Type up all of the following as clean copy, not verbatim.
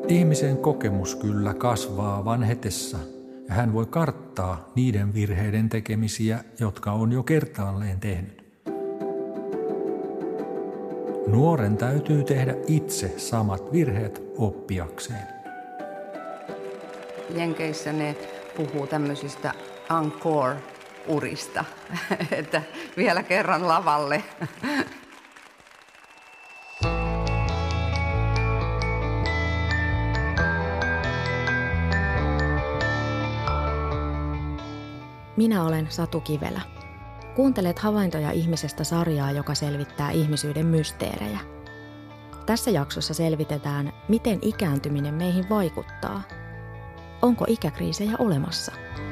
Ihmisen kokemus kyllä kasvaa vanhetessa ja hän voi karttaa niiden virheiden tekemisiä, jotka on jo kertaalleen tehnyt. Nuoren täytyy tehdä itse samat virheet oppiakseen. Jenkeissä ne puhuu tämmöisistä encore-urista, että vielä kerran lavalle. Minä olen Satu Kivelä. Kuuntelet Havaintoja ihmisestä -sarjaa, joka selvittää ihmisyyden mysteerejä. Tässä jaksossa selvitetään, miten ikääntyminen meihin vaikuttaa. Onko ikäkriisejä olemassa?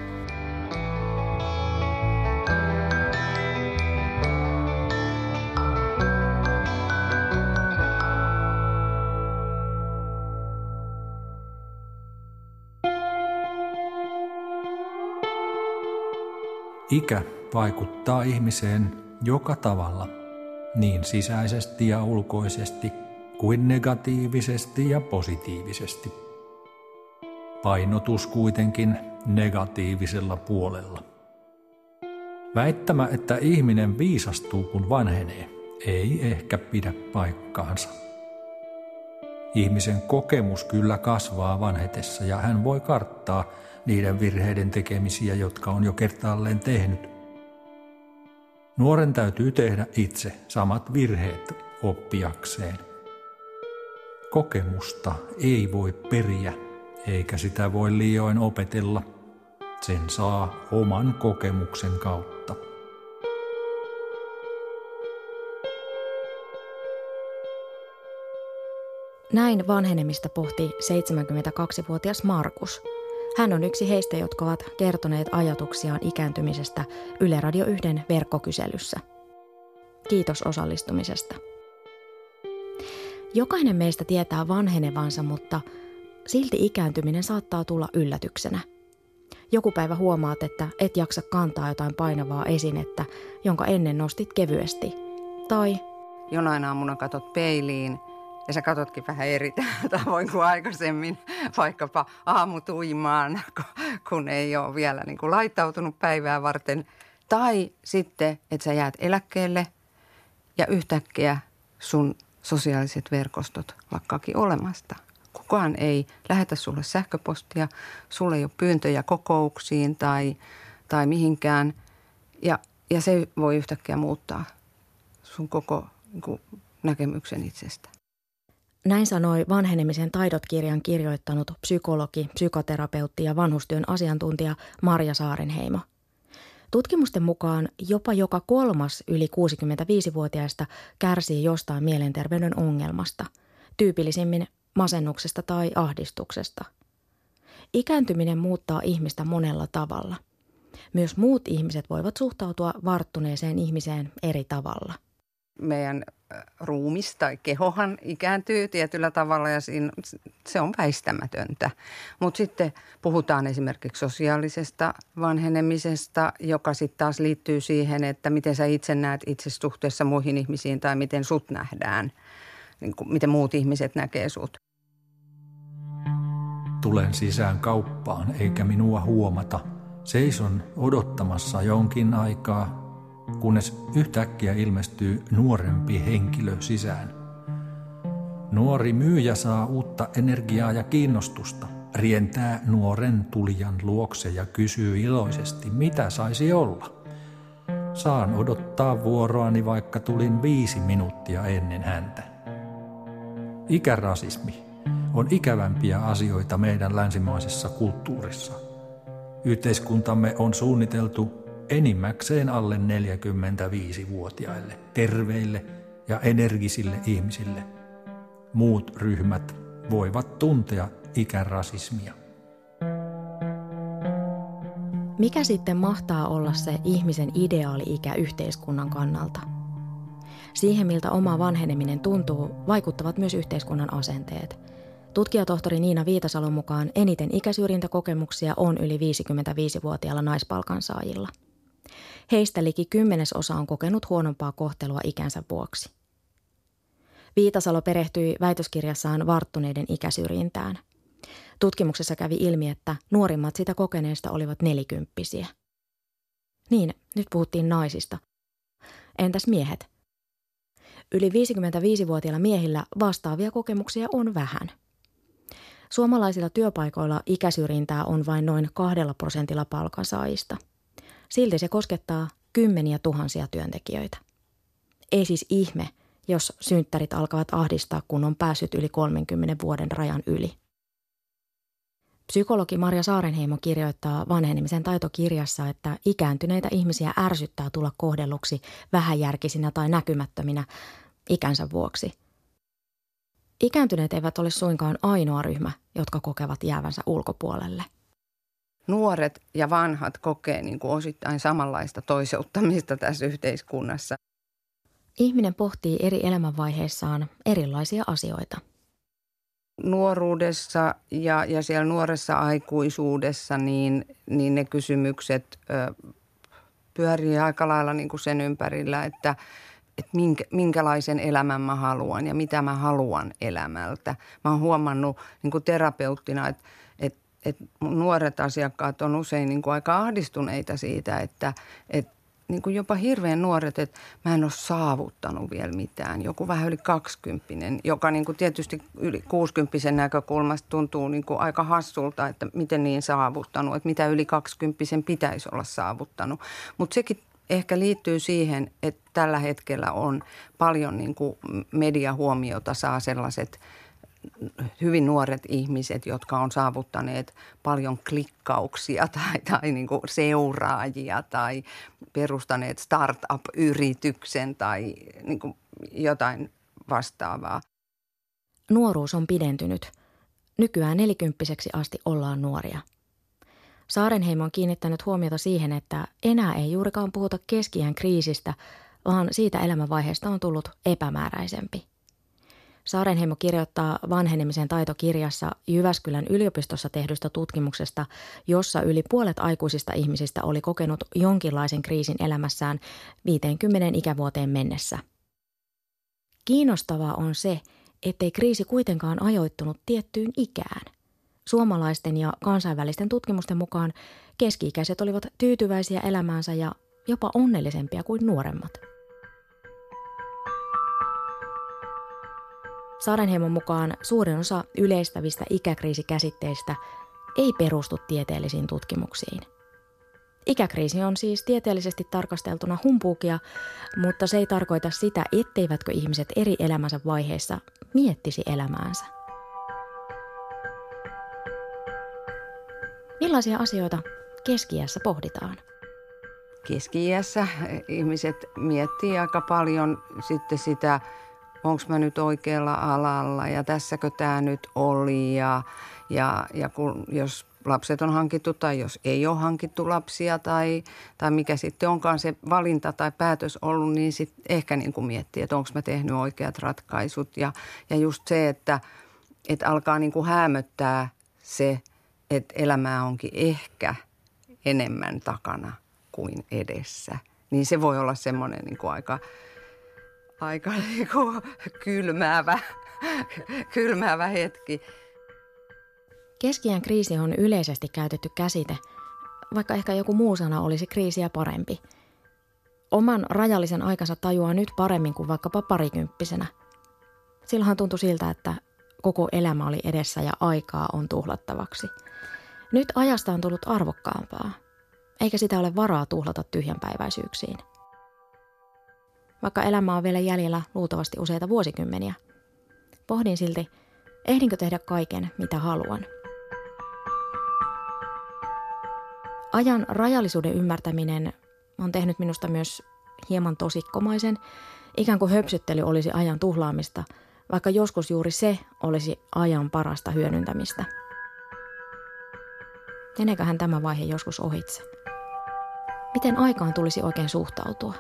Ikä vaikuttaa ihmiseen joka tavalla, niin sisäisesti ja ulkoisesti kuin negatiivisesti ja positiivisesti. Painotus kuitenkin negatiivisella puolella. Väittämä, että ihminen viisastuu kun vanhenee, ei ehkä pidä paikkaansa. Ihmisen kokemus kyllä kasvaa vanhetessa ja hän voi karttaa niiden virheiden tekemisiä, jotka on jo kertaalleen tehnyt. Nuoren täytyy tehdä itse samat virheet oppiakseen. Kokemusta ei voi periä, eikä sitä voi liioin opetella. Sen saa oman kokemuksen kautta. Näin vanhenemista pohti 72-vuotias Markus. Hän on yksi heistä, jotka ovat kertoneet ajatuksiaan ikääntymisestä Yle Radio 1 verkkokyselyssä. Kiitos osallistumisesta. Jokainen meistä tietää vanhenevansa, mutta silti ikääntyminen saattaa tulla yllätyksenä. Joku päivä huomaat, että et jaksa kantaa jotain painavaa esinettä, jonka ennen nostit kevyesti. Tai jonain aamuna katot peiliin ja sä katotkin vähän eri tavoin kuin aikaisemmin, vaikkapa aamutuimaan, kun ei ole vielä niin kuin laittautunut päivää varten. Tai sitten, että sä jäät eläkkeelle ja yhtäkkiä sun sosiaaliset verkostot lakkaakin olemasta. Kukaan ei lähetä sulle sähköpostia, sulle ei ole pyyntöjä kokouksiin tai mihinkään. Ja se voi yhtäkkiä muuttaa sun koko niin kuin, näkemyksen itsestä. Näin sanoi Vanhenemisen taidot-kirjan kirjoittanut psykologi, psykoterapeutti ja vanhustyön asiantuntija Marja Saarenheimo. Tutkimusten mukaan jopa joka 3. yli 65-vuotiaista kärsii jostain mielenterveyden ongelmasta, tyypillisimmin masennuksesta tai ahdistuksesta. Ikääntyminen muuttaa ihmistä monella tavalla. Myös muut ihmiset voivat suhtautua varttuneeseen ihmiseen eri tavalla. Meidän ruumis tai kehohan ikääntyy tietyllä tavalla ja se on väistämätöntä. Mutta sitten puhutaan esimerkiksi sosiaalisesta vanhenemisesta, joka sitten taas liittyy siihen, että miten sä itse näet itse suhteessa muihin ihmisiin tai miten sut nähdään, niin kuin miten muut ihmiset näkee sut. Tulen sisään kauppaan eikä minua huomata. Seison odottamassa jonkin aikaa, kunnes yhtäkkiä ilmestyy nuorempi henkilö sisään. Nuori myyjä saa uutta energiaa ja kiinnostusta, rientää nuoren tulijan luokse ja kysyy iloisesti, mitä saisi olla. Saan odottaa vuoroani, vaikka tulin 5 minuuttia ennen häntä. Ikärasismi on ikävämpiä asioita meidän länsimaisessa kulttuurissa. Yhteiskuntamme on suunniteltu enimmäkseen alle 45-vuotiaille, terveille ja energisille ihmisille. Muut ryhmät voivat tuntea ikärasismia. Mikä sitten mahtaa olla se ihmisen ideaali-ikä yhteiskunnan kannalta? Siihen, miltä oma vanheneminen tuntuu, vaikuttavat myös yhteiskunnan asenteet. Tutkijatohtori Niina Viitasalon mukaan eniten ikäsyrjintäkokemuksia on yli 55-vuotiailla naispalkansaajilla. Heistä liki 10% on kokenut huonompaa kohtelua ikänsä vuoksi. Viitasalo perehtyi väitöskirjassaan varttuneiden ikäsyrjintään. Tutkimuksessa kävi ilmi, että nuorimmat sitä kokeneista olivat 40-vuotiaita. Niin, nyt puhuttiin naisista. Entäs miehet? Yli 55-vuotiailla miehillä vastaavia kokemuksia on vähän. Suomalaisilla työpaikoilla ikäsyrjintää on vain noin 2% palkansaajista. Silti se koskettaa kymmeniä tuhansia työntekijöitä. Ei siis ihme, jos synttärit alkavat ahdistaa, kun on päässyt yli 30 vuoden rajan yli. Psykologi Marja Saarenheimo kirjoittaa vanhenemisen taitokirjassa, että ikääntyneitä ihmisiä ärsyttää tulla kohdelluksi vähäjärkisinä tai näkymättöminä ikänsä vuoksi. Ikääntyneet eivät ole suinkaan ainoa ryhmä, jotka kokevat jäävänsä ulkopuolelle. Nuoret ja vanhat kokee niin kuin osittain samanlaista toiseuttamista tässä yhteiskunnassa. Ihminen pohtii eri elämänvaiheissaan erilaisia asioita. Nuoruudessa ja siellä nuoressa aikuisuudessa niin ne kysymykset pyörii aika lailla niin kuin sen ympärillä, että minkälaisen elämän mä haluan ja mitä mä haluan elämältä. Mä oon huomannut niin kuin terapeuttina, että nuoret asiakkaat on usein niin kuin aika ahdistuneita siitä, että niin kuin jopa hirveän nuoret, että mä en ole saavuttanut vielä mitään. Joku vähän yli 20, joka niin kuin tietysti yli 60 näkökulmasta tuntuu niin kuin aika hassulta, että miten niin saavuttanut, että mitä yli 20 pitäisi olla saavuttanut. Mutta sekin ehkä liittyy siihen, että tällä hetkellä on paljon niin kuin mediahuomiota saa sellaiset hyvin nuoret ihmiset, jotka on saavuttaneet paljon klikkauksia tai niin kuin seuraajia tai perustaneet startup-yrityksen tai niin kuin jotain vastaavaa. Nuoruus on pidentynyt. Nykyään 40-vuotiaaksi asti ollaan nuoria. Saarenheimo on kiinnittänyt huomiota siihen, että enää ei juurikaan puhuta keski-iän kriisistä, vaan siitä elämänvaiheesta on tullut epämääräisempi. Saarenheimo kirjoittaa vanhenemisen taitokirjassa Jyväskylän yliopistossa tehdystä tutkimuksesta, jossa yli puolet aikuisista ihmisistä oli kokenut jonkinlaisen kriisin elämässään 50 ikävuoteen mennessä. Kiinnostavaa on se, ettei kriisi kuitenkaan ajoittunut tiettyyn ikään. Suomalaisten ja kansainvälisten tutkimusten mukaan keski-ikäiset olivat tyytyväisiä elämäänsä ja jopa onnellisempia kuin nuoremmat. Saarenheimon mukaan suurin osa yleistävistä ikäkriisikäsitteistä ei perustu tieteellisiin tutkimuksiin. Ikäkriisi on siis tieteellisesti tarkasteltuna humpuukia, mutta se ei tarkoita sitä, etteivätkö ihmiset eri elämänsä vaiheissa miettisi elämäänsä. Millaisia asioita keski-iässä pohditaan? Keski-iässä ihmiset miettii aika paljon sitten sitä, onko mä nyt oikealla alalla ja tässäkö tämä nyt oli ja jos lapset on hankittu tai jos ei ole hankittu lapsia tai mikä sitten onkaan se valinta tai päätös ollut, niin sitten ehkä niin kuin miettii, että onko mä tehnyt oikeat ratkaisut ja just se, että alkaa niin kuin häämöttää se, että elämää onkin ehkä enemmän takana kuin edessä. Niin se voi olla semmoinen niin kuin aika niin kuin kylmäävä hetki. Keski-iän kriisi on yleisesti käytetty käsite, vaikka ehkä joku muu sana olisi kriisiä parempi. Oman rajallisen aikansa tajuaa nyt paremmin kuin vaikkapa parikymppisenä. Silloinhan tuntui siltä, että koko elämä oli edessä ja aikaa on tuhlattavaksi. Nyt ajasta on tullut arvokkaampaa, eikä sitä ole varaa tuhlata tyhjänpäiväisyyksiin. Vaikka elämä on vielä jäljellä luultavasti useita vuosikymmeniä, pohdin silti, ehdinkö tehdä kaiken, mitä haluan. Ajan rajallisuuden ymmärtäminen on tehnyt minusta myös hieman tosikkomaisen, ikään kuin höpsyttely olisi ajan tuhlaamista, vaikka joskus juuri se olisi ajan parasta hyödyntämistä. Meneeköhän tämä vaihe joskus ohitse? Miten aikaan tulisi oikein suhtautua?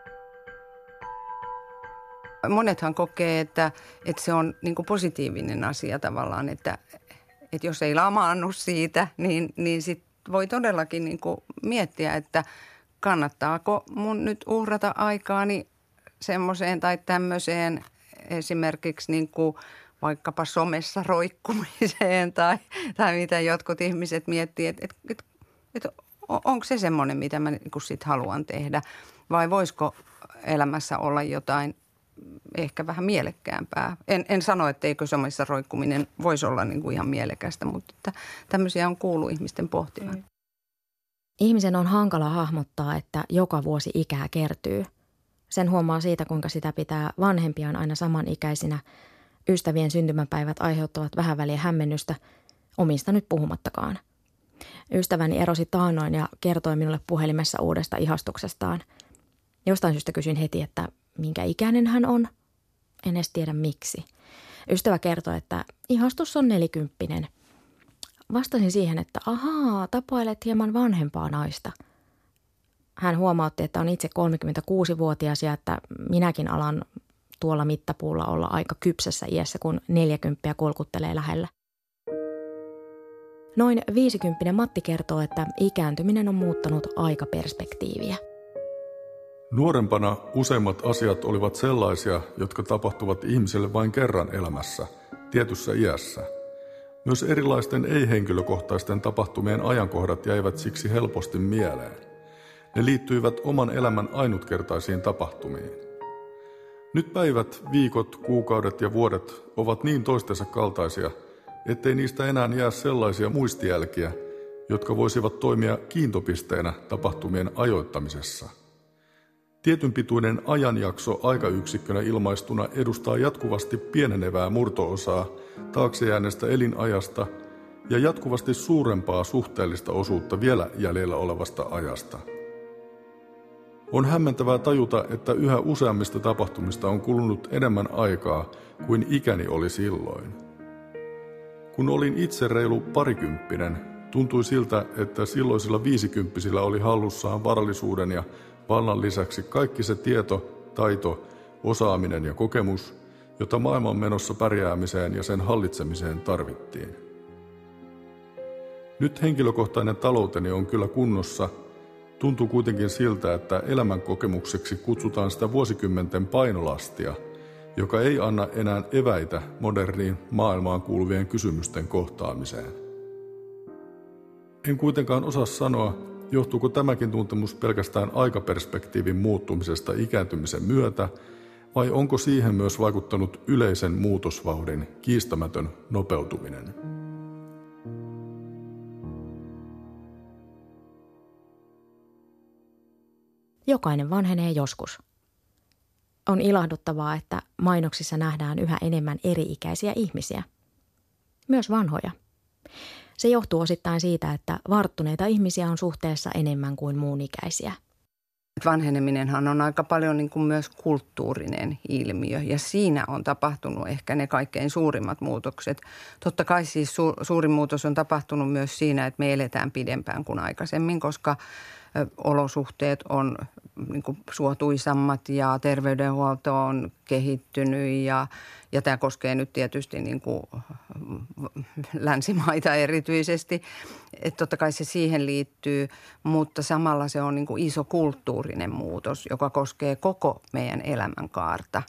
Monethan kokee, että se on niin kuin positiivinen asia tavallaan, että jos ei lamaannu siitä, niin sit voi todellakin niin kuin miettiä, että kannattaako mun nyt uhrata aikaani semmoiseen tai tämmöiseen, esimerkiksi niin kuin vaikkapa somessa roikkumiseen tai mitä jotkut ihmiset miettii, että onko se semmoinen, mitä mä niin kuin sit haluan tehdä vai voisiko elämässä olla jotain ehkä vähän mielekkäämpää. En sano, että eikö somessa roikkuminen voisi olla niin kuin ihan mielekästä, mutta että tämmöisiä on kuullut ihmisten pohtimaan. Ihmisen on hankala hahmottaa, että joka vuosi ikää kertyy. Sen huomaa siitä, kuinka sitä pitää vanhempiaan aina samanikäisinä. Ystävien syntymäpäivät aiheuttavat vähän väliä hämmennystä, omista nyt puhumattakaan. Ystäväni erosi taannoin ja kertoi minulle puhelimessa uudesta ihastuksestaan. Jostain syystä kysyin heti, että minkä ikäinen hän on. En edes tiedä miksi. Ystävä kertoi, että ihastus on 40. Vastasin siihen, että ahaa, tapailet hieman vanhempaa naista. Hän huomautti, että on itse 36-vuotias ja että minäkin alan tuolla mittapuulla olla aika kypsässä iässä, kun 40 kolkuttelee lähellä. Noin 50 Matti kertoo, että ikääntyminen on muuttanut aikaperspektiiviä. Nuorempana useimmat asiat olivat sellaisia, jotka tapahtuvat ihmiselle vain kerran elämässä, tietyssä iässä. Myös erilaisten ei-henkilökohtaisten tapahtumien ajankohdat jäivät siksi helposti mieleen. Ne liittyivät oman elämän ainutkertaisiin tapahtumiin. Nyt päivät, viikot, kuukaudet ja vuodet ovat niin toistensa kaltaisia, ettei niistä enää jää sellaisia muistijälkiä, jotka voisivat toimia kiintopisteenä tapahtumien ajoittamisessa. Tietyn pituinen ajanjakso aikayksikkönä ilmaistuna edustaa jatkuvasti pienenevää murto-osaa taakse jääneestä elinajasta ja jatkuvasti suurempaa suhteellista osuutta vielä jäljellä olevasta ajasta. On hämmentävää tajuta, että yhä useammista tapahtumista on kulunut enemmän aikaa kuin ikäni oli silloin. Kun olin itse reilu parikymppinen, tuntui siltä, että silloisilla 50-vuotiailla oli hallussaan varallisuuden ja vallan lisäksi kaikki se tieto, taito, osaaminen ja kokemus, jota maailman menossa pärjäämiseen ja sen hallitsemiseen tarvittiin. Nyt henkilökohtainen talouteni on kyllä kunnossa. Tuntuu kuitenkin siltä, että elämänkokemukseksi kutsutaan sitä vuosikymmenten painolastia, joka ei anna enää eväitä moderniin maailmaan kuuluvien kysymysten kohtaamiseen. En kuitenkaan osaa sanoa, johtuuko tämäkin tuntemus pelkästään aikaperspektiivin muuttumisesta ikääntymisen myötä, vai onko siihen myös vaikuttanut yleisen muutosvauhdin kiistämätön nopeutuminen? Jokainen vanhenee joskus. On ilahduttavaa, että mainoksissa nähdään yhä enemmän eri-ikäisiä ihmisiä. Myös vanhoja. Se johtuu osittain siitä, että varttuneita ihmisiä on suhteessa enemmän kuin muun ikäisiä. Vanheneminenhan on aika paljon niin kuin myös kulttuurinen ilmiö ja siinä on tapahtunut ehkä ne kaikkein suurimmat muutokset. Totta kai siis suurin muutos on tapahtunut myös siinä, että me eletään pidempään kuin aikaisemmin, koska olosuhteet on niin kuin suotuisammat ja terveydenhuolto on kehittynyt ja tämä koskee nyt tietysti niin kuin länsimaita erityisesti. Että totta kai se siihen liittyy, mutta samalla se on niin kuin iso kulttuurinen muutos, joka koskee koko meidän elämänkaarta.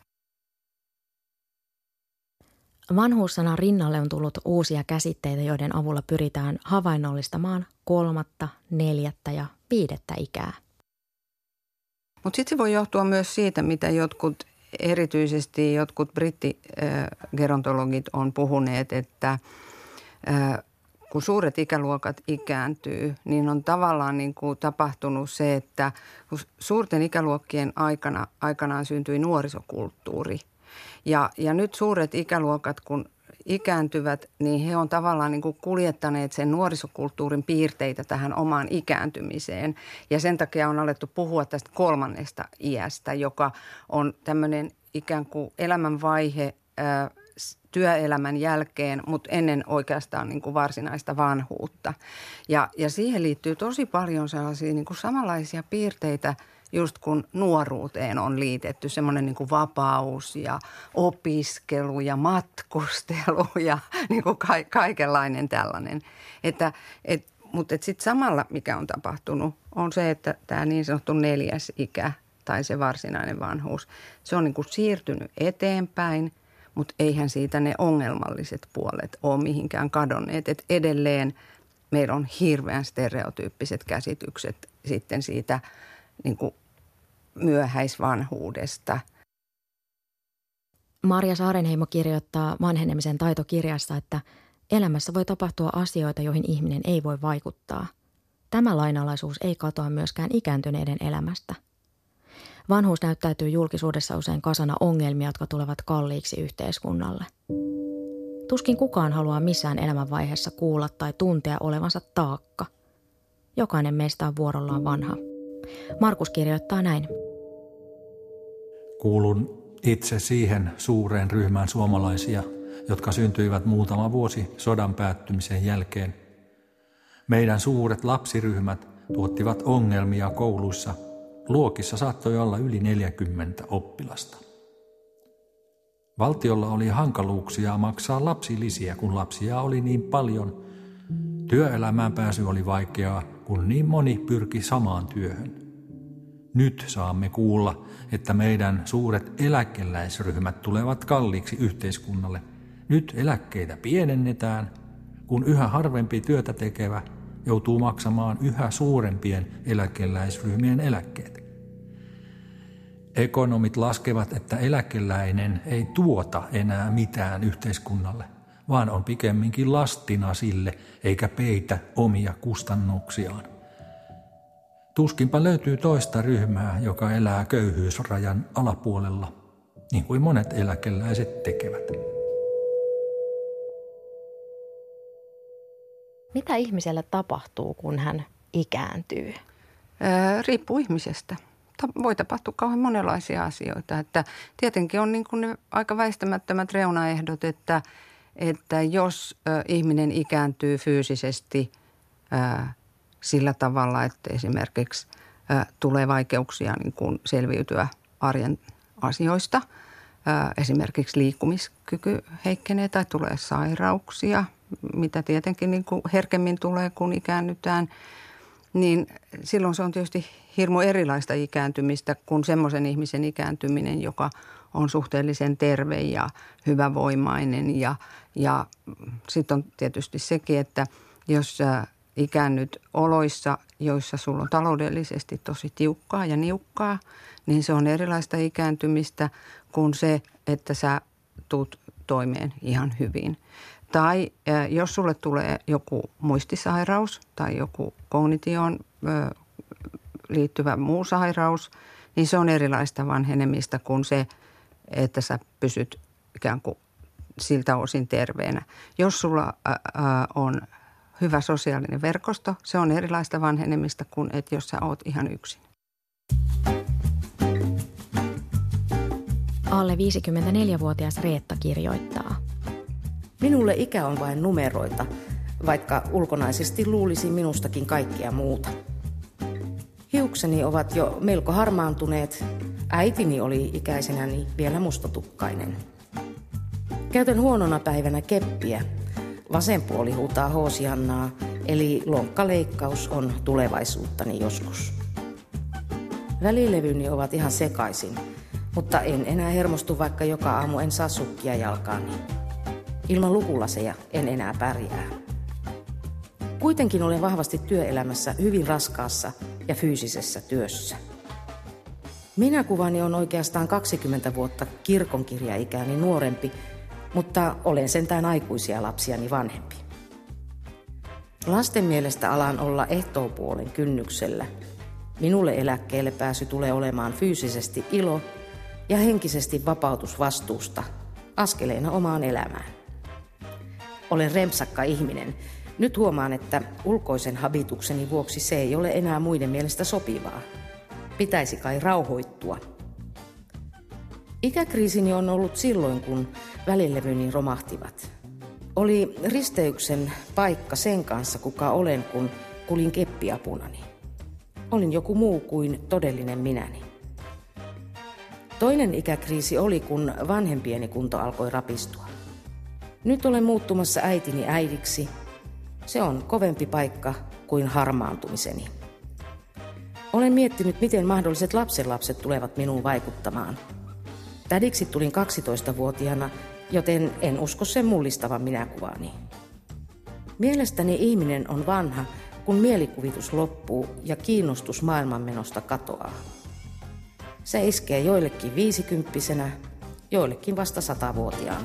Vanhuussanan rinnalle on tullut uusia käsitteitä, joiden avulla pyritään havainnollistamaan 3., 4. ja 5. ikää. Mutta sitten se voi johtua myös siitä, mitä erityisesti jotkut brittigerontologit on puhuneet, että kun suuret ikäluokat ikääntyy, niin on tavallaan niin kuin tapahtunut se, että suurten ikäluokkien aikanaan syntyi nuorisokulttuuri. Ja nyt suuret ikäluokat, kun ikääntyvät, niin he on tavallaan niin kuin kuljettaneet sen nuorisokulttuurin piirteitä tähän omaan ikääntymiseen. Ja sen takia on alettu puhua tästä 3. iästä, joka on tämmöinen ikään kuin elämänvaihe työelämän jälkeen, mutta ennen oikeastaan niin kuin varsinaista vanhuutta. Ja siihen liittyy tosi paljon sellaisia niin kuin samanlaisia piirteitä, just kun nuoruuteen on liitetty semmoinen niin kuin vapaus ja opiskelu ja matkustelu ja niin kuin kaikenlainen tällainen. Mutta sitten samalla, mikä on tapahtunut, on se, että tämä niin sanottu 4. ikä, tai se varsinainen vanhuus. Se on niin kuin siirtynyt eteenpäin, mutta eihän siitä ne ongelmalliset puolet ole mihinkään kadonneet. Et edelleen meillä on hirveän stereotyyppiset käsitykset sitten siitä niin kuin myöhäisvanhuudesta. Marja Saarenheimo kirjoittaa vanhenemisen taitokirjassa, että elämässä voi tapahtua asioita, joihin ihminen ei voi vaikuttaa. Tämä lainalaisuus ei katoa myöskään ikääntyneiden elämästä. Vanhuus näyttäytyy julkisuudessa usein kasana ongelmia, jotka tulevat kalliiksi yhteiskunnalle. Tuskin kukaan haluaa missään elämänvaiheessa kuulla tai tuntea olevansa taakka. Jokainen meistä on vuorollaan vanha. Markus kirjoittaa näin. Kuulun itse siihen suureen ryhmään suomalaisia, jotka syntyivät muutama vuosi sodan päättymisen jälkeen. Meidän suuret lapsiryhmät tuottivat ongelmia kouluissa. Luokissa saattoi olla yli 40 oppilasta. Valtiolla oli hankaluuksia maksaa lapsilisiä, kun lapsia oli niin paljon. Työelämään pääsy oli vaikeaa, kun niin moni pyrki samaan työhön. Nyt saamme kuulla, että meidän suuret eläkeläisryhmät tulevat kalliiksi yhteiskunnalle. Nyt eläkkeitä pienennetään, kun yhä harvempi työtä tekevä joutuu maksamaan yhä suurempien eläkeläisryhmien eläkkeet. Ekonomit laskevat, että eläkeläinen ei tuota enää mitään yhteiskunnalle, vaan on pikemminkin lastina sille eikä peitä omia kustannuksiaan. Tuskinpa löytyy toista ryhmää, joka elää köyhyysrajan alapuolella, niin kuin monet eläkeläiset tekevät. Mitä ihmiselle tapahtuu, kun hän ikääntyy? Riippuu ihmisestä. Voi tapahtua kauhean monenlaisia asioita. Että tietenkin on niin kuin ne aika väistämättömät reunaehdot, että jos ihminen ikääntyy fyysisesti sillä tavalla, että esimerkiksi tulee vaikeuksia niin kuin selviytyä arjen asioista, esimerkiksi liikkumiskyky heikkenee tai tulee sairauksia, mitä tietenkin niin kuin herkemmin tulee, kun ikäännytään, niin silloin se on tietysti hirmu erilaista ikääntymistä kuin semmoisen ihmisen ikääntyminen, joka on suhteellisen terve ja hyvävoimainen. Ja sitten on tietysti sekin, että jos ikäännyt oloissa, joissa sulla on taloudellisesti tosi tiukkaa ja niukkaa, niin se on erilaista ikääntymistä kuin se, että sä tuut toimeen ihan hyvin. Tai jos sulle tulee joku muistisairaus tai joku kognitioon liittyvä muu sairaus, niin se on erilaista vanhenemista kuin se, että sä pysyt ikään kuin siltä osin terveenä. Jos sulla on hyvä sosiaalinen verkosto, se on erilaista vanhenemista kuin että jos sä oot ihan yksin. Alle 54-vuotias Reetta kirjoittaa. Minulle ikä on vain numeroita, vaikka ulkonaisesti luulisin minustakin kaikkea muuta. Hiukseni ovat jo melko harmaantuneet. Äitini oli ikäisenäni vielä mustatukkainen. Käytän huonona päivänä keppiä. Vasen puoli huutaa hoosiannaa, eli lonkkaleikkaus on tulevaisuuttani joskus. Välilevyni ovat ihan sekaisin, mutta en enää hermostu, vaikka joka aamu en saa sukkia jalkaani. Ilman lukulaseja en enää pärjää. Kuitenkin olen vahvasti työelämässä hyvin raskaassa ja fyysisessä työssä. Minäkuvani on oikeastaan 20 vuotta kirkonkirjaikäni nuorempi, mutta olen sentään aikuisia lapsiani vanhempi. Lasten mielestä alan olla ehtoopuolen kynnyksellä. Minulle eläkkeelle pääsy tulee olemaan fyysisesti ilo ja henkisesti vapautus vastuusta, askeleena omaan elämään. Olen rempsakka ihminen. Nyt huomaan, että ulkoisen habitukseni vuoksi se ei ole enää muiden mielestä sopivaa. Pitäisi kai rauhoittua. Ikäkriisini on ollut silloin, kun välilevyni romahtivat. Oli risteyksen paikka sen kanssa, kuka olen, kun kulin keppiapunani. Olin joku muu kuin todellinen minäni. Toinen ikäkriisi oli, kun vanhempieni kunto alkoi rapistua. Nyt olen muuttumassa äitini äidiksi. Se on kovempi paikka kuin harmaantumiseni. Olen Olen miettinyt, miten mahdolliset lapsenlapset tulevat minuun vaikuttamaan. Tädiksi tulin 12-vuotiaana, joten en usko sen mullistavan minäkuvaani. Mielestäni ihminen on vanha, kun mielikuvitus loppuu ja kiinnostus maailmanmenosta katoaa. Se iskee joillekin 50-vuotiaana, joillekin vasta 100-vuotiaana.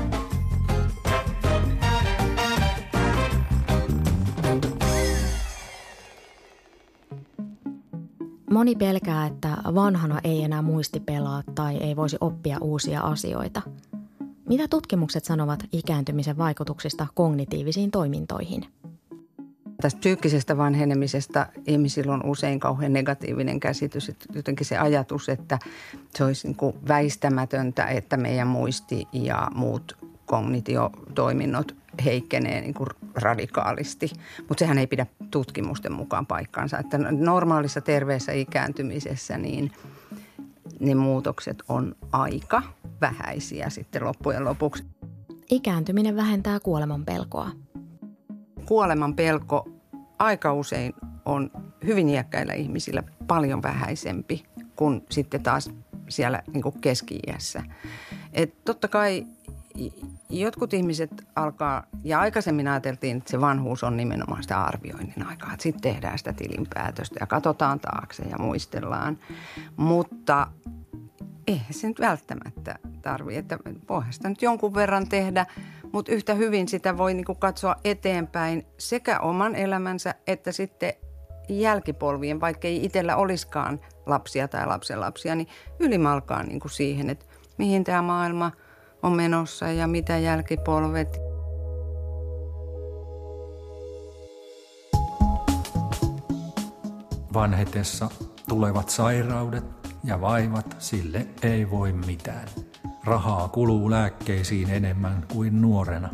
Moni pelkää, että vanhana ei enää muisti pelaa tai ei voisi oppia uusia asioita. Mitä tutkimukset sanovat ikääntymisen vaikutuksista kognitiivisiin toimintoihin? Tästä psyykkisestä vanhenemisesta ihmisillä on usein kauhean negatiivinen käsitys. Että jotenkin se ajatus, että se olisi niin kuin väistämätöntä, että meidän muisti ja muut kognitiotoiminnot heikkenee niin kuin radikaalisti. Mutta sehän ei pidä tutkimusten mukaan paikkaansa. Että normaalissa terveessä ikääntymisessä niin ne muutokset on aika vähäisiä sitten loppujen lopuksi. Ikääntyminen vähentää kuoleman pelkoa. Kuoleman pelko aika usein on hyvin iäkkäillä ihmisillä paljon vähäisempi kuin sitten taas siellä niin kuin keski-iässä. Et totta kai jotkut ihmiset alkaa, ja aikaisemmin ajateltiin, että se vanhuus on nimenomaan sitä arvioinnin aikaa. Sitten tehdään sitä tilinpäätöstä ja katsotaan taakse ja muistellaan. Mutta eihän se nyt välttämättä tarvitse, että voihan sitä nyt jonkun verran tehdä. Mutta yhtä hyvin sitä voi niinku katsoa eteenpäin sekä oman elämänsä että sitten jälkipolvien, vaikka ei itsellä olisikaan lapsia tai lapsenlapsia, niin ylimalkaan niinku siihen, että mihin tämä maailma on menossa ja mitä jälkipolvet. Vanhetessa tulevat sairaudet ja vaivat, sille ei voi mitään. Rahaa kuluu lääkkeisiin enemmän kuin nuorena.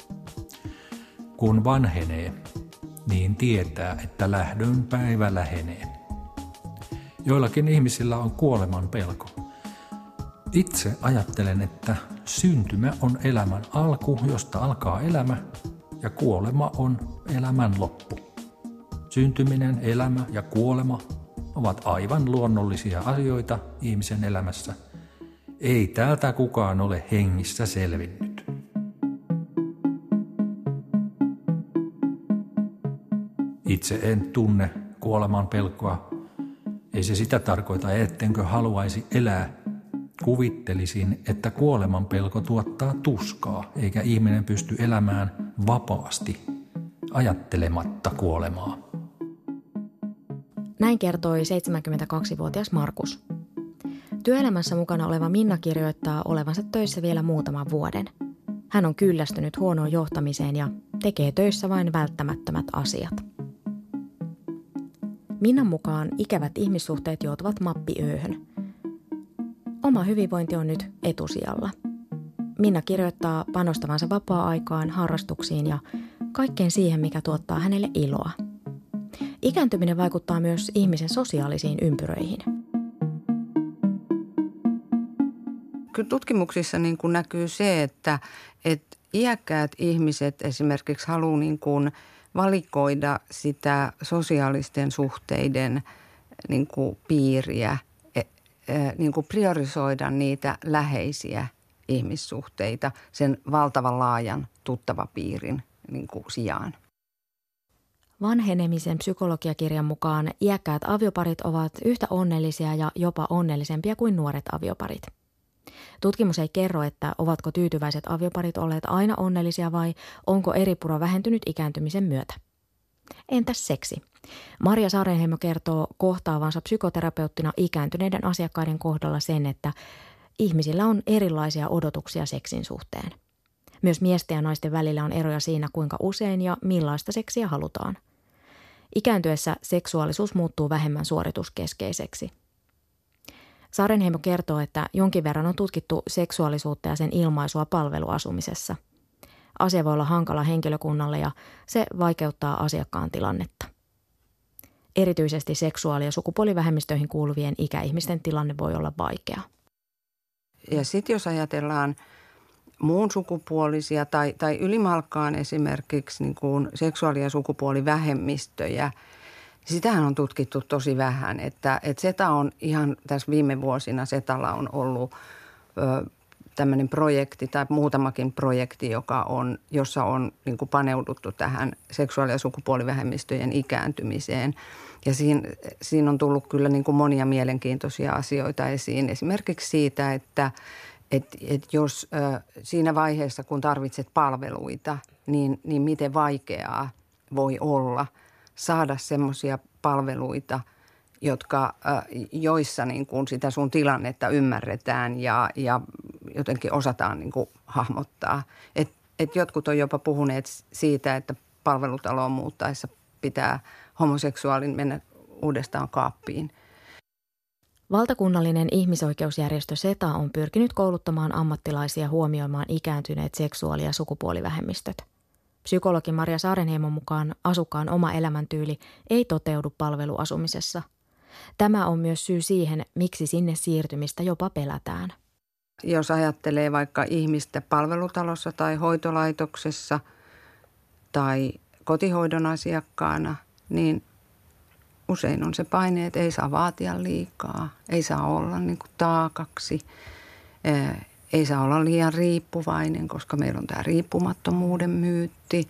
Kun vanhenee, niin tietää, että lähdön päivä lähenee. Joillakin ihmisillä on kuoleman pelko. Itse ajattelen, että syntymä on elämän alku, josta alkaa elämä, ja kuolema on elämän loppu. Syntyminen, elämä ja kuolema ovat aivan luonnollisia asioita ihmisen elämässä. Ei täältä kukaan ole hengissä selvinnyt. Itse en tunne kuoleman pelkoa. Ei se sitä tarkoita, ettenkö haluaisi elää. Kuvittelisin, että kuoleman pelko tuottaa tuskaa, eikä ihminen pysty elämään vapaasti, ajattelematta kuolemaa. Näin kertoi 72-vuotias Markus. Työelämässä mukana oleva Minna kirjoittaa olevansa töissä vielä muutaman vuoden. Hän on kyllästynyt huonoon johtamiseen ja tekee töissä vain välttämättömät asiat. Minnan mukaan ikävät ihmissuhteet joutuvat mappiööhön. Oma hyvinvointi on nyt etusijalla. Minna kirjoittaa panostavansa vapaa-aikaan, harrastuksiin ja kaikkeen siihen, mikä tuottaa hänelle iloa. Ikääntyminen vaikuttaa myös ihmisen sosiaalisiin ympyröihin. Kyllä tutkimuksissa niin kuin näkyy se, että iäkkäät ihmiset esimerkiksi haluaa niin kuin valikoida sitä sosiaalisten suhteiden niin kuin piiriä, niin kuin priorisoida niitä läheisiä ihmissuhteita sen valtavan laajan tuttavapiirin niin kuin sijaan. Vanhenemisen psykologiakirjan mukaan iäkkäät avioparit ovat yhtä onnellisia ja jopa onnellisempia kuin nuoret avioparit. Tutkimus ei kerro, että ovatko tyytyväiset avioparit olleet aina onnellisia vai onko eripura vähentynyt ikääntymisen myötä. Entäs seksi? Marja Saarenheimo kertoo kohtaavansa psykoterapeuttina ikääntyneiden asiakkaiden kohdalla sen, että ihmisillä on erilaisia odotuksia seksin suhteen. Myös miesten ja naisten välillä on eroja siinä, kuinka usein ja millaista seksiä halutaan. Ikääntyessä seksuaalisuus muuttuu vähemmän suorituskeskeiseksi. Saarenheimo kertoo, että jonkin verran on tutkittu seksuaalisuutta ja sen ilmaisua palveluasumisessa. Asia voi olla hankala henkilökunnalle ja se vaikeuttaa asiakkaan tilannetta. Erityisesti seksuaali- ja sukupuolivähemmistöihin kuuluvien ikäihmisten tilanne voi olla vaikea. Ja sitten jos ajatellaan muun sukupuolisia tai ylimalkaan esimerkiksi niin kuin seksuaali- ja sukupuolivähemmistöjä, Sitähän on tutkittu tosi vähän, että SETA on ihan tässä viime vuosina SETAlla on ollut tämmöinen projekti tai muutamakin projekti, jossa on niin kuin paneuduttu tähän seksuaali- ja sukupuolivähemmistöjen ikääntymiseen. Ja siinä on tullut kyllä niin kuin monia mielenkiintoisia asioita esiin. Esimerkiksi siitä, että jos siinä vaiheessa, kun tarvitset palveluita, niin miten vaikeaa voi olla saada semmoisia palveluita, joissa niin kuin sitä sun tilannetta ymmärretään ja jotenkin osataan niin kuin hahmottaa. Et jotkut on jopa puhuneet siitä, että palvelutaloon muuttaessa pitää homoseksuaalin mennä uudestaan kaappiin. Valtakunnallinen ihmisoikeusjärjestö SETA on pyrkinyt kouluttamaan ammattilaisia huomioimaan ikääntyneet seksuaali- ja sukupuolivähemmistöt. Psykologi Marja Saarenheimon mukaan asukkaan oma elämäntyyli ei toteudu palveluasumisessa. Tämä on myös syy siihen, miksi sinne siirtymistä jopa pelätään. Jos ajattelee vaikka ihmistä palvelutalossa tai hoitolaitoksessa tai kotihoidon asiakkaana, niin usein on se paine, että ei saa vaatia liikaa, ei saa olla niin kuin taakaksi, ei saa olla liian riippuvainen, koska meillä on tämä riippumattomuuden myytti.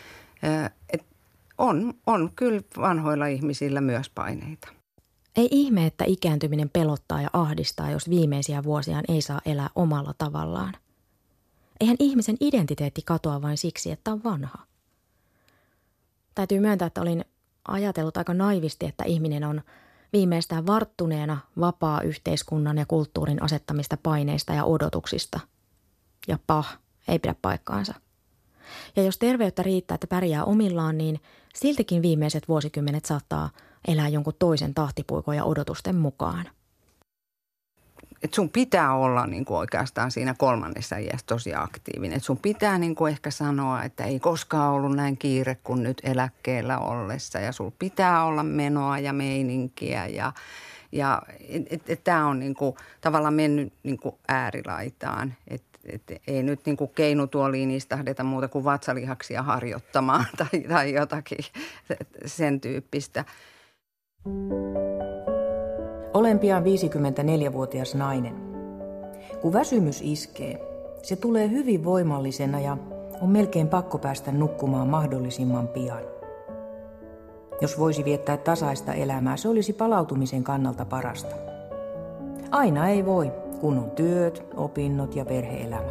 On kyllä vanhoilla ihmisillä myös paineita. Ei ihme, että ikääntyminen pelottaa ja ahdistaa, jos viimeisiä vuosiaan ei saa elää omalla tavallaan. Eihän ihmisen identiteetti katoa vain siksi, että on vanha. Täytyy myöntää, että olin ajatellut aika naivisti, että ihminen on viimeistään varttuneena vapaa yhteiskunnan ja kulttuurin asettamista paineista ja odotuksista. Ja ei pidä paikkaansa. Ja jos terveyttä riittää, että pärjää omillaan, niin siltikin viimeiset vuosikymmenet saattaa elää jonkun toisen tahtipuikon ja odotusten mukaan. Et sun pitää olla niin kuin oikeastaan siinä 3. iässä tosi aktiivinen. Et sun pitää niin kuin ehkä sanoa, että ei koskaan ollut näin kiire kuin nyt eläkkeellä ollessa. Ja sun pitää olla menoa ja meininkiä. Ja tämä on niin kuin tavallaan mennyt niin kuin äärilaitaan. Et ei nyt niin kuin keinutuoliin istahdeta muuta kuin vatsalihaksia harjoittamaan tai jotakin sen tyyppistä. Olen pian 54-vuotias nainen. Kun väsymys iskee, se tulee hyvin voimallisena ja on melkein pakko päästä nukkumaan mahdollisimman pian. Jos voisi viettää tasaista elämää, se olisi palautumisen kannalta parasta. Aina ei voi, kun on työt, opinnot ja perhe-elämä.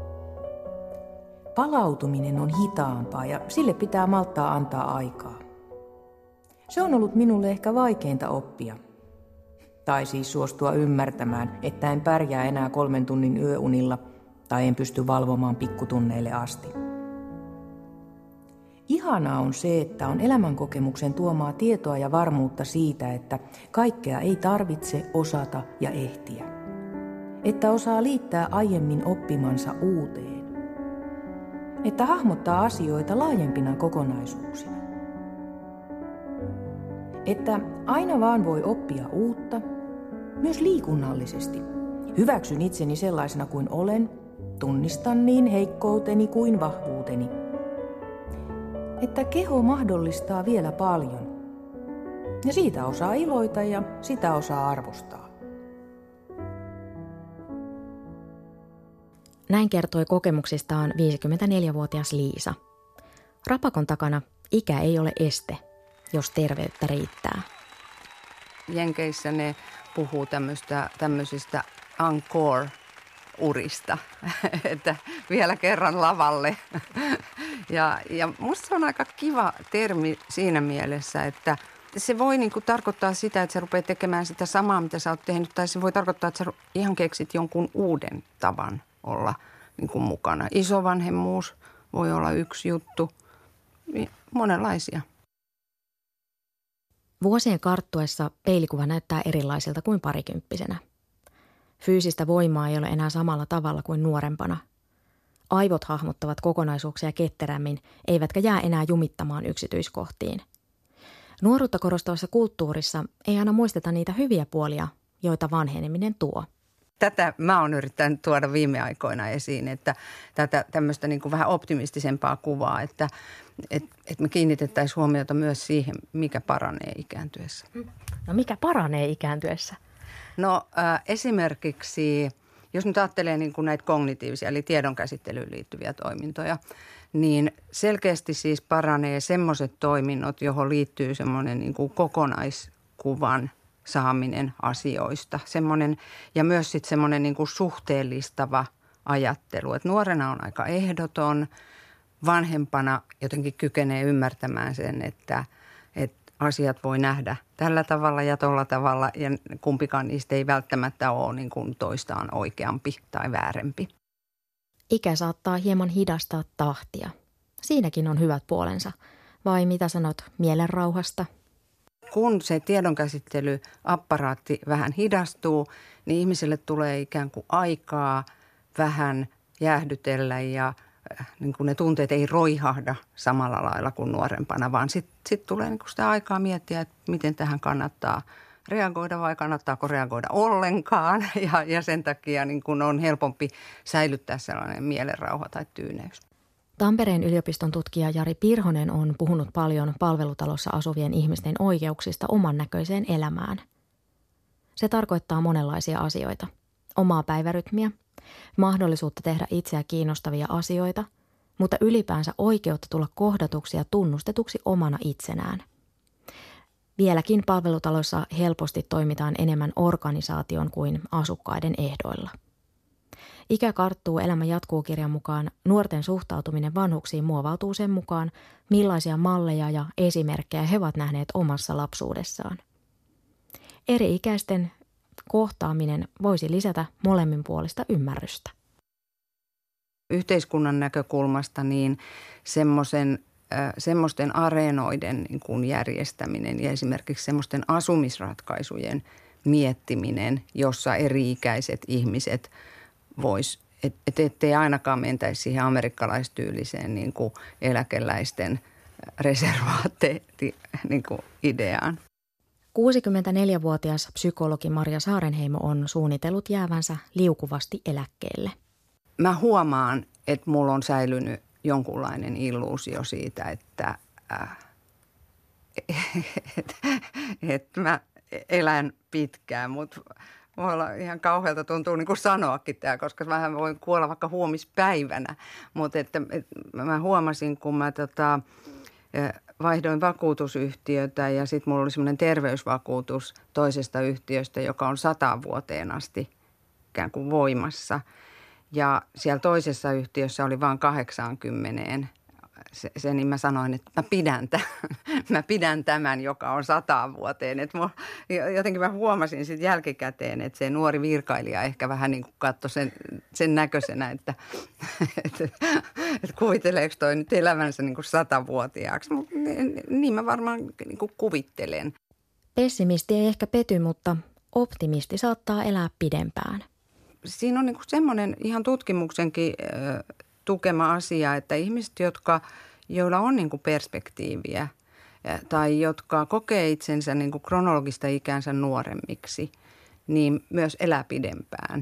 Palautuminen on hitaampaa ja sille pitää malttaa antaa aikaa. Se on ollut minulle ehkä vaikeinta oppia. Tai siis suostua ymmärtämään, että en pärjää enää 3 tunnin yöunilla tai en pysty valvomaan pikkutunneille asti. Ihanaa on se, että on elämänkokemuksen tuomaa tietoa ja varmuutta siitä, että kaikkea ei tarvitse osata ja ehtiä. Että osaa liittää aiemmin oppimansa uuteen. Että hahmottaa asioita laajempina kokonaisuuksina. Että aina vaan voi oppia uutta, myös liikunnallisesti. Hyväksyn itseni sellaisena kuin olen, tunnistan niin heikkouteni kuin vahvuuteni. Että keho mahdollistaa vielä paljon. Ja siitä osaa iloita ja sitä osaa arvostaa. Näin kertoi kokemuksistaan 54-vuotias Liisa. Rapakon takana ikä ei ole este, jos terveyttä riittää. Jenkeissä ne puhuu tämmöisistä encore-urista, että vielä kerran lavalle. Ja musta se on aika kiva termi siinä mielessä, että se voi niinku tarkoittaa sitä, että sä rupeat tekemään sitä samaa, mitä sä oot tehnyt, tai se voi tarkoittaa, että sä ihan keksit jonkun uuden tavan olla niinku mukana. Isovanhemmuus voi olla yksi juttu, monenlaisia. Vuosien karttuessa peilikuva näyttää erilaiselta kuin parikymppisenä. Fyysistä voimaa ei ole enää samalla tavalla kuin nuorempana. Aivot hahmottavat kokonaisuuksia ketterämmin, eivätkä jää enää jumittamaan yksityiskohtiin. Nuoruutta korostavassa kulttuurissa ei aina muisteta niitä hyviä puolia, joita vanheneminen tuo. tätä mä oon yrittänyt tuoda viime aikoina esiin, että tätä tämmöistä niin kuin vähän optimistisempaa kuvaa, että me kiinnitettäisiin huomiota myös siihen, mikä paranee ikääntyessä. No mikä paranee ikääntyessä? No esimerkiksi, jos nyt ajattelee niin kuin näitä kognitiivisia, eli tiedonkäsittelyyn liittyviä toimintoja, niin selkeästi siis paranee semmoiset toiminnot, johon liittyy semmoinen niin kuin kokonaiskuvan saaminen asioista. Semmoinen, ja myös sitten semmoinen niin kuin suhteellistava ajattelu. Et nuorena on aika ehdoton, vanhempana jotenkin kykenee ymmärtämään sen, että asiat voi nähdä tällä tavalla ja tolla tavalla ja kumpikaan niistä ei välttämättä ole niin kuin toistaan oikeampi tai väärempi. Ikä saattaa hieman hidastaa tahtia. Siinäkin on hyvät puolensa. Vai mitä sanot mielenrauhasta? Kun se tiedonkäsittelyapparaatti vähän hidastuu, niin ihmiselle tulee ikään kuin aikaa vähän jäähdytellä ja niin kuin ne tunteet ei roihahda samalla lailla kuin nuorempana, vaan sitten tulee niin kuin sitä aikaa miettiä, että miten tähän kannattaa reagoida vai kannattaako reagoida ollenkaan. Ja sen takia niin kuin on helpompi säilyttää sellainen mielenrauha tai tyyneys. Tampereen yliopiston tutkija Jari Pirhonen on puhunut paljon palvelutalossa asuvien ihmisten oikeuksista oman näköiseen elämään. Se tarkoittaa monenlaisia asioita. Omaa päivärytmiä, mahdollisuutta tehdä itseä kiinnostavia asioita, mutta ylipäänsä oikeutta tulla kohdatuksi ja tunnustetuksi omana itsenään. Vieläkin palvelutaloissa helposti toimitaan enemmän organisaation kuin asukkaiden ehdoilla. Ikä karttuu, elämä jatkuu -kirjan mukaan nuorten suhtautuminen vanhuksiin muovautuu sen mukaan, millaisia malleja ja esimerkkejä he ovat nähneet omassa lapsuudessaan. Eri-ikäisten kohtaaminen voisi lisätä molemminpuolista ymmärrystä. Yhteiskunnan näkökulmasta niin semmoisten areenoiden niin kuin järjestäminen ja esimerkiksi semmoisten asumisratkaisujen miettiminen, jossa eri-ikäiset ihmiset vois, ettei ainakaan mentäisi siihen amerikkalaistyyliseen niin kuin eläkeläisten niin kuin ideaan. 64-vuotias psykologi Marja Saarenheimo on suunnitellut jäävänsä liukuvasti eläkkeelle. Mä huomaan, että mulla on säilynyt jonkunlainen illuusio siitä, että mä elän pitkään, mutta voi olla ihan kauhealta tuntuu niin kuin sanoakin tämä, koska mä voin kuolla vaikka huomispäivänä. Mutta että mä huomasin, kun mä vaihdoin vakuutusyhtiötä ja sitten mulla oli semmoinen terveysvakuutus toisesta yhtiöstä, joka on 100 vuoteen asti ikään kuin voimassa. Ja siellä toisessa yhtiössä oli vain 80. Se niin mä sanoin, että mä pidän tämän, joka on 100 vuoteen. Et jotenkin mä huomasin sitten jälkikäteen, että se nuori virkailija ehkä vähän niin kuin katsoi sen näköisenä, että kuviteleeko toi nyt elävänsä niin kuin 100-vuotiaaksi. Niin mä varmaan niin kuin kuvittelen. Pessimisti ei ehkä pety, mutta optimisti saattaa elää pidempään. Siinä on niin kuin semmoinen ihan tutkimuksenkin tukema asia, että ihmiset, joilla on niin kuin perspektiiviä tai jotka kokee itsensä niin kuin kronologista ikäänsä nuoremmiksi, niin myös elää pidempään.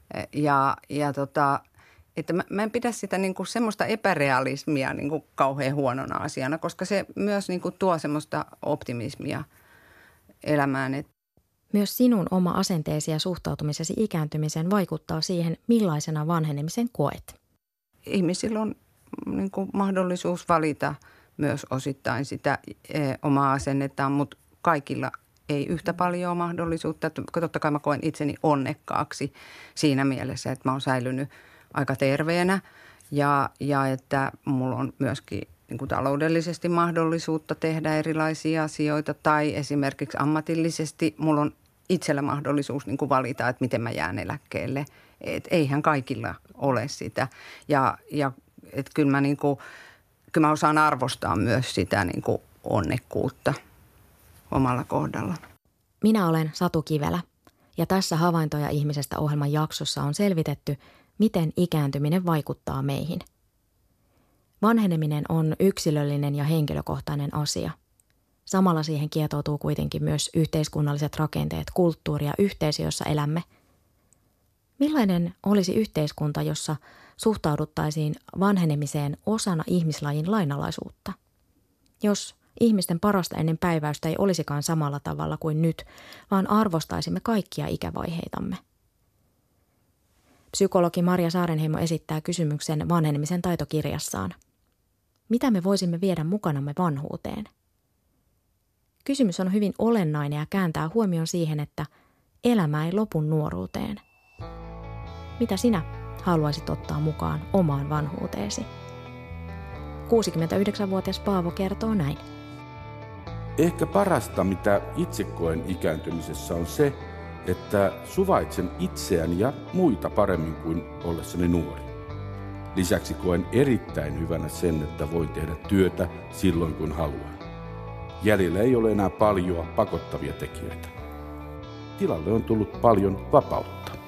Että mä en pidä sitä niin kuin semmoista epärealismia niin kuin kauhean huonona asiana, koska se myös niin kuin tuo semmoista optimismia elämään. Myös sinun oma asenteesi ja suhtautumisesi ikääntymiseen vaikuttaa siihen, millaisena vanhenemisen koet. Ihmisillä on niin kuin mahdollisuus valita myös osittain sitä omaa asennettaan, mutta kaikilla ei yhtä paljon mahdollisuutta. Totta kai mä koen itseni onnekkaaksi siinä mielessä, että mä oon säilynyt aika terveenä ja että mulla on myöskin niin kuin taloudellisesti mahdollisuutta tehdä erilaisia asioita tai esimerkiksi ammatillisesti mulla on itsellä mahdollisuus niin kuin valita, että miten mä jään eläkkeelle. Et eihän kaikilla ole sitä ja että kyllä mä osaan arvostaa myös sitä niin kuin onnekkuutta omalla kohdalla. Minä olen Satu Kivelä ja tässä Havaintoja ihmisestä -ohjelman jaksossa on selvitetty, miten ikääntyminen vaikuttaa meihin. Vanheneminen on yksilöllinen ja henkilökohtainen asia. Samalla siihen kietoutuu kuitenkin myös yhteiskunnalliset rakenteet, kulttuuri ja yhteisö, jossa elämme. Millainen olisi yhteiskunta, jossa suhtauduttaisiin vanhenemiseen osana ihmislajin lainalaisuutta? Jos ihmisten parasta ennen päiväystä ei olisikaan samalla tavalla kuin nyt, vaan arvostaisimme kaikkia ikävaiheitamme. Psykologi Marja Saarenheimo esittää kysymyksen vanhenemisen taitokirjassaan. Mitä me voisimme viedä mukanamme vanhuuteen? Kysymys on hyvin olennainen ja kääntää huomion siihen, että elämä ei lopu nuoruuteen. Mitä sinä haluaisit ottaa mukaan omaan vanhuuteesi? 69-vuotias Paavo kertoo näin. Ehkä parasta, mitä itse koen ikääntymisessä, on se, että suvaitsen itseäni ja muita paremmin kuin ollessani nuori. Lisäksi koen erittäin hyvänä sen, että voin tehdä työtä silloin kun haluan. Jäljellä ei ole enää paljon pakottavia tekijöitä. Tilalle on tullut paljon vapautta.